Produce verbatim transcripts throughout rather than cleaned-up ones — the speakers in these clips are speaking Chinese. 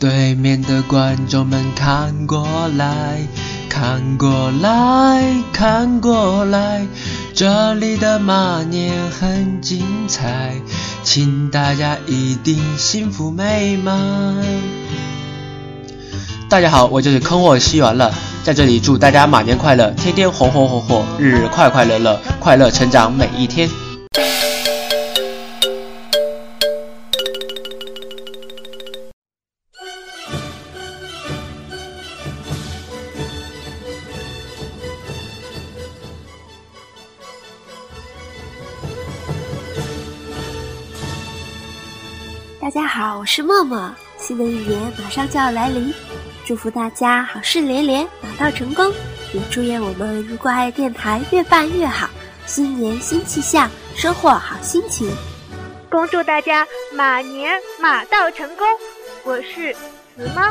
对面的观众们看过来，看过来，看过来，这里的马年很精彩，请大家一定幸福美满。大家好，我就是坑货西元了，在这里祝大家马年快乐，天天红红火火，日日快快乐乐，快乐成长每一天。 大家好，我是默默，新的一年马上就要来临，祝福大家好事连连，马到成功，也祝愿我们如果爱电台越办越好，新年新气象，收获好心情。 恭祝大家马年马到成功，我是子猫。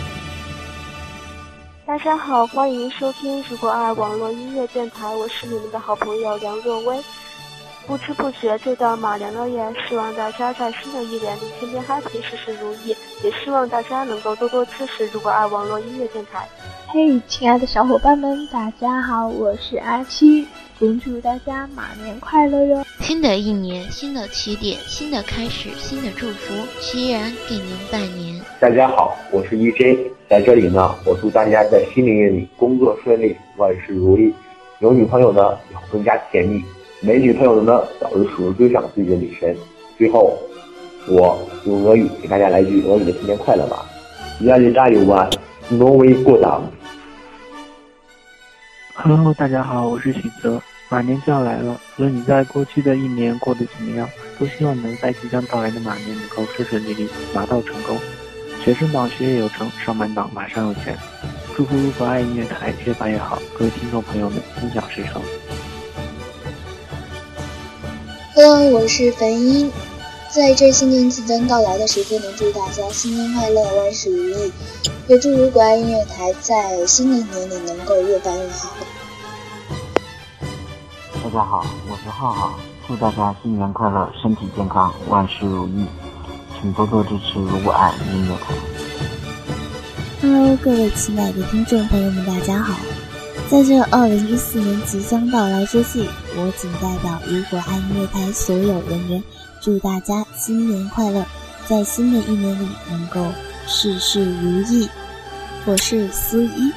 大家好，欢迎收听如果爱网络音乐电台，我是你们的好朋友梁若薇。不知不觉就到马年了耶，希望大家在新的一年里天天 happy， 事事如意，也希望大家能够多多支持如果爱网络音乐电台。 嘿、hey, 亲爱的小伙伴们，大家好，我是阿七，恭祝大家马年快乐哟！ 新的一年，新的起点，新的开始，新的祝福，齐然给您拜年。 大家好，我是 E J， 在这里呢，我祝大家在新的一年里工作顺利，万事如意，有女朋友呢以后更加甜蜜，没女朋友的呢早日数日追上自己的女神。最后，我用俄语给大家来句俄语的新年快乐吧。Я желаю вас Новый год。 Hello， 大家好，我是许泽。马年就要来了，无论你在过去的一年过得怎么样，都希望能在即将到来的马年能够顺顺利利，马到成功。学生党学业有成，上班党马上有钱。祝福如果爱音乐台越办越好，各位听众朋友们心想事成。 Hello， 我是樊英。在这新年即将到来的时刻呢，祝大家新年快乐，万事如意。也祝如果爱音乐台在新的一年里能够越办越好。 大家好，我是浩浩，祝大家新年快乐，身体健康，万事如意，请多多支持如果爱音乐台。 Hello， 各位亲爱的听众朋友们，大家好。在这二零一四年即将到来之际，我谨代表如果爱音乐台所有人员，祝大家新年快乐，在新的一年里能够事事如意。我是思一。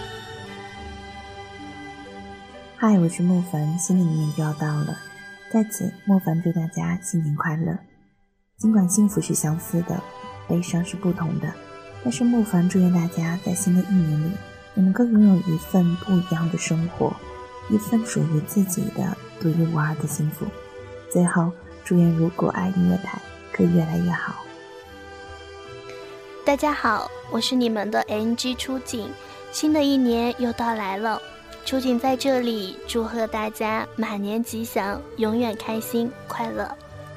嗨，我是莫凡，新的一年就要到了，在此莫凡祝大家新年快乐。尽管幸福是相似的，悲伤是不同的，但是莫凡祝愿大家在新的一年里也能够拥有一份不一样的生活，一份属于自己的独一无二的幸福。最后祝愿如果爱音乐台可以越来越好。 大家好，我是你们的 N G 初景，新的一年又到来了，初景在这里祝贺大家马年吉祥，永远开心快乐。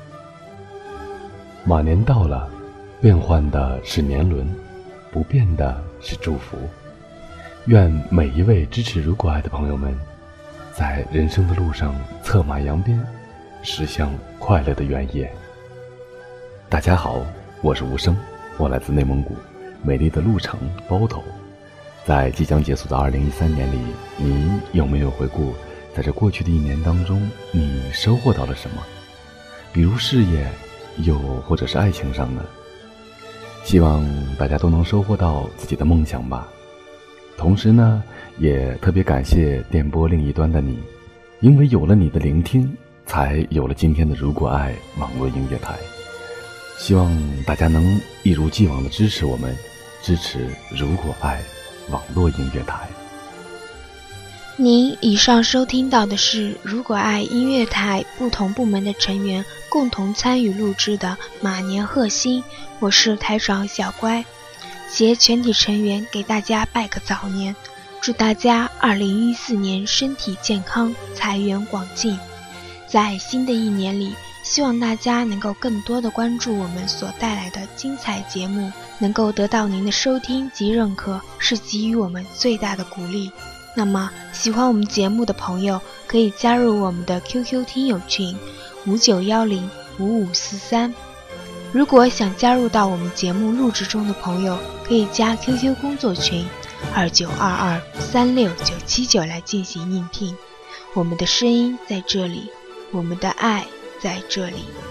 马年到了，变换的是年轮，不变的是祝福。愿每一位支持如果爱的朋友们，在人生的路上策马扬鞭，驶向快乐的原野。大家好，我是吴声，我来自内蒙古美丽的鹿城包头。在即将结束的二零一三年里，你有没有回顾在这过去的一年当中你收获到了什么？比如事业，又或者是爱情上的。希望大家都能收获到自己的梦想吧。同时呢，也特别感谢电波另一端的你，因为有了你的聆听，才有了今天的如果爱网络音乐台。希望大家能一如既往的支持我们，支持如果爱网络音乐台。 您以上收听到的是如果爱音乐台不同部门的成员共同参与录制的马年贺新，我是台长小乖，携全体成员给大家拜个早年，祝大家二零一四年身体健康，财源广进。在新的一年里，希望大家能够更多的关注我们所带来的精彩节目，能够得到您的收听及认可，是给予我们最大的鼓励。那么喜欢我们节目的朋友可以加入我们的 Q Q 听友群五九一零五五四三。 如果想加入到我们节目录制中的朋友，可以加 Q Q 工作群二九二二三六九七九来进行应聘。我们的声音在这里，我们的爱在这里。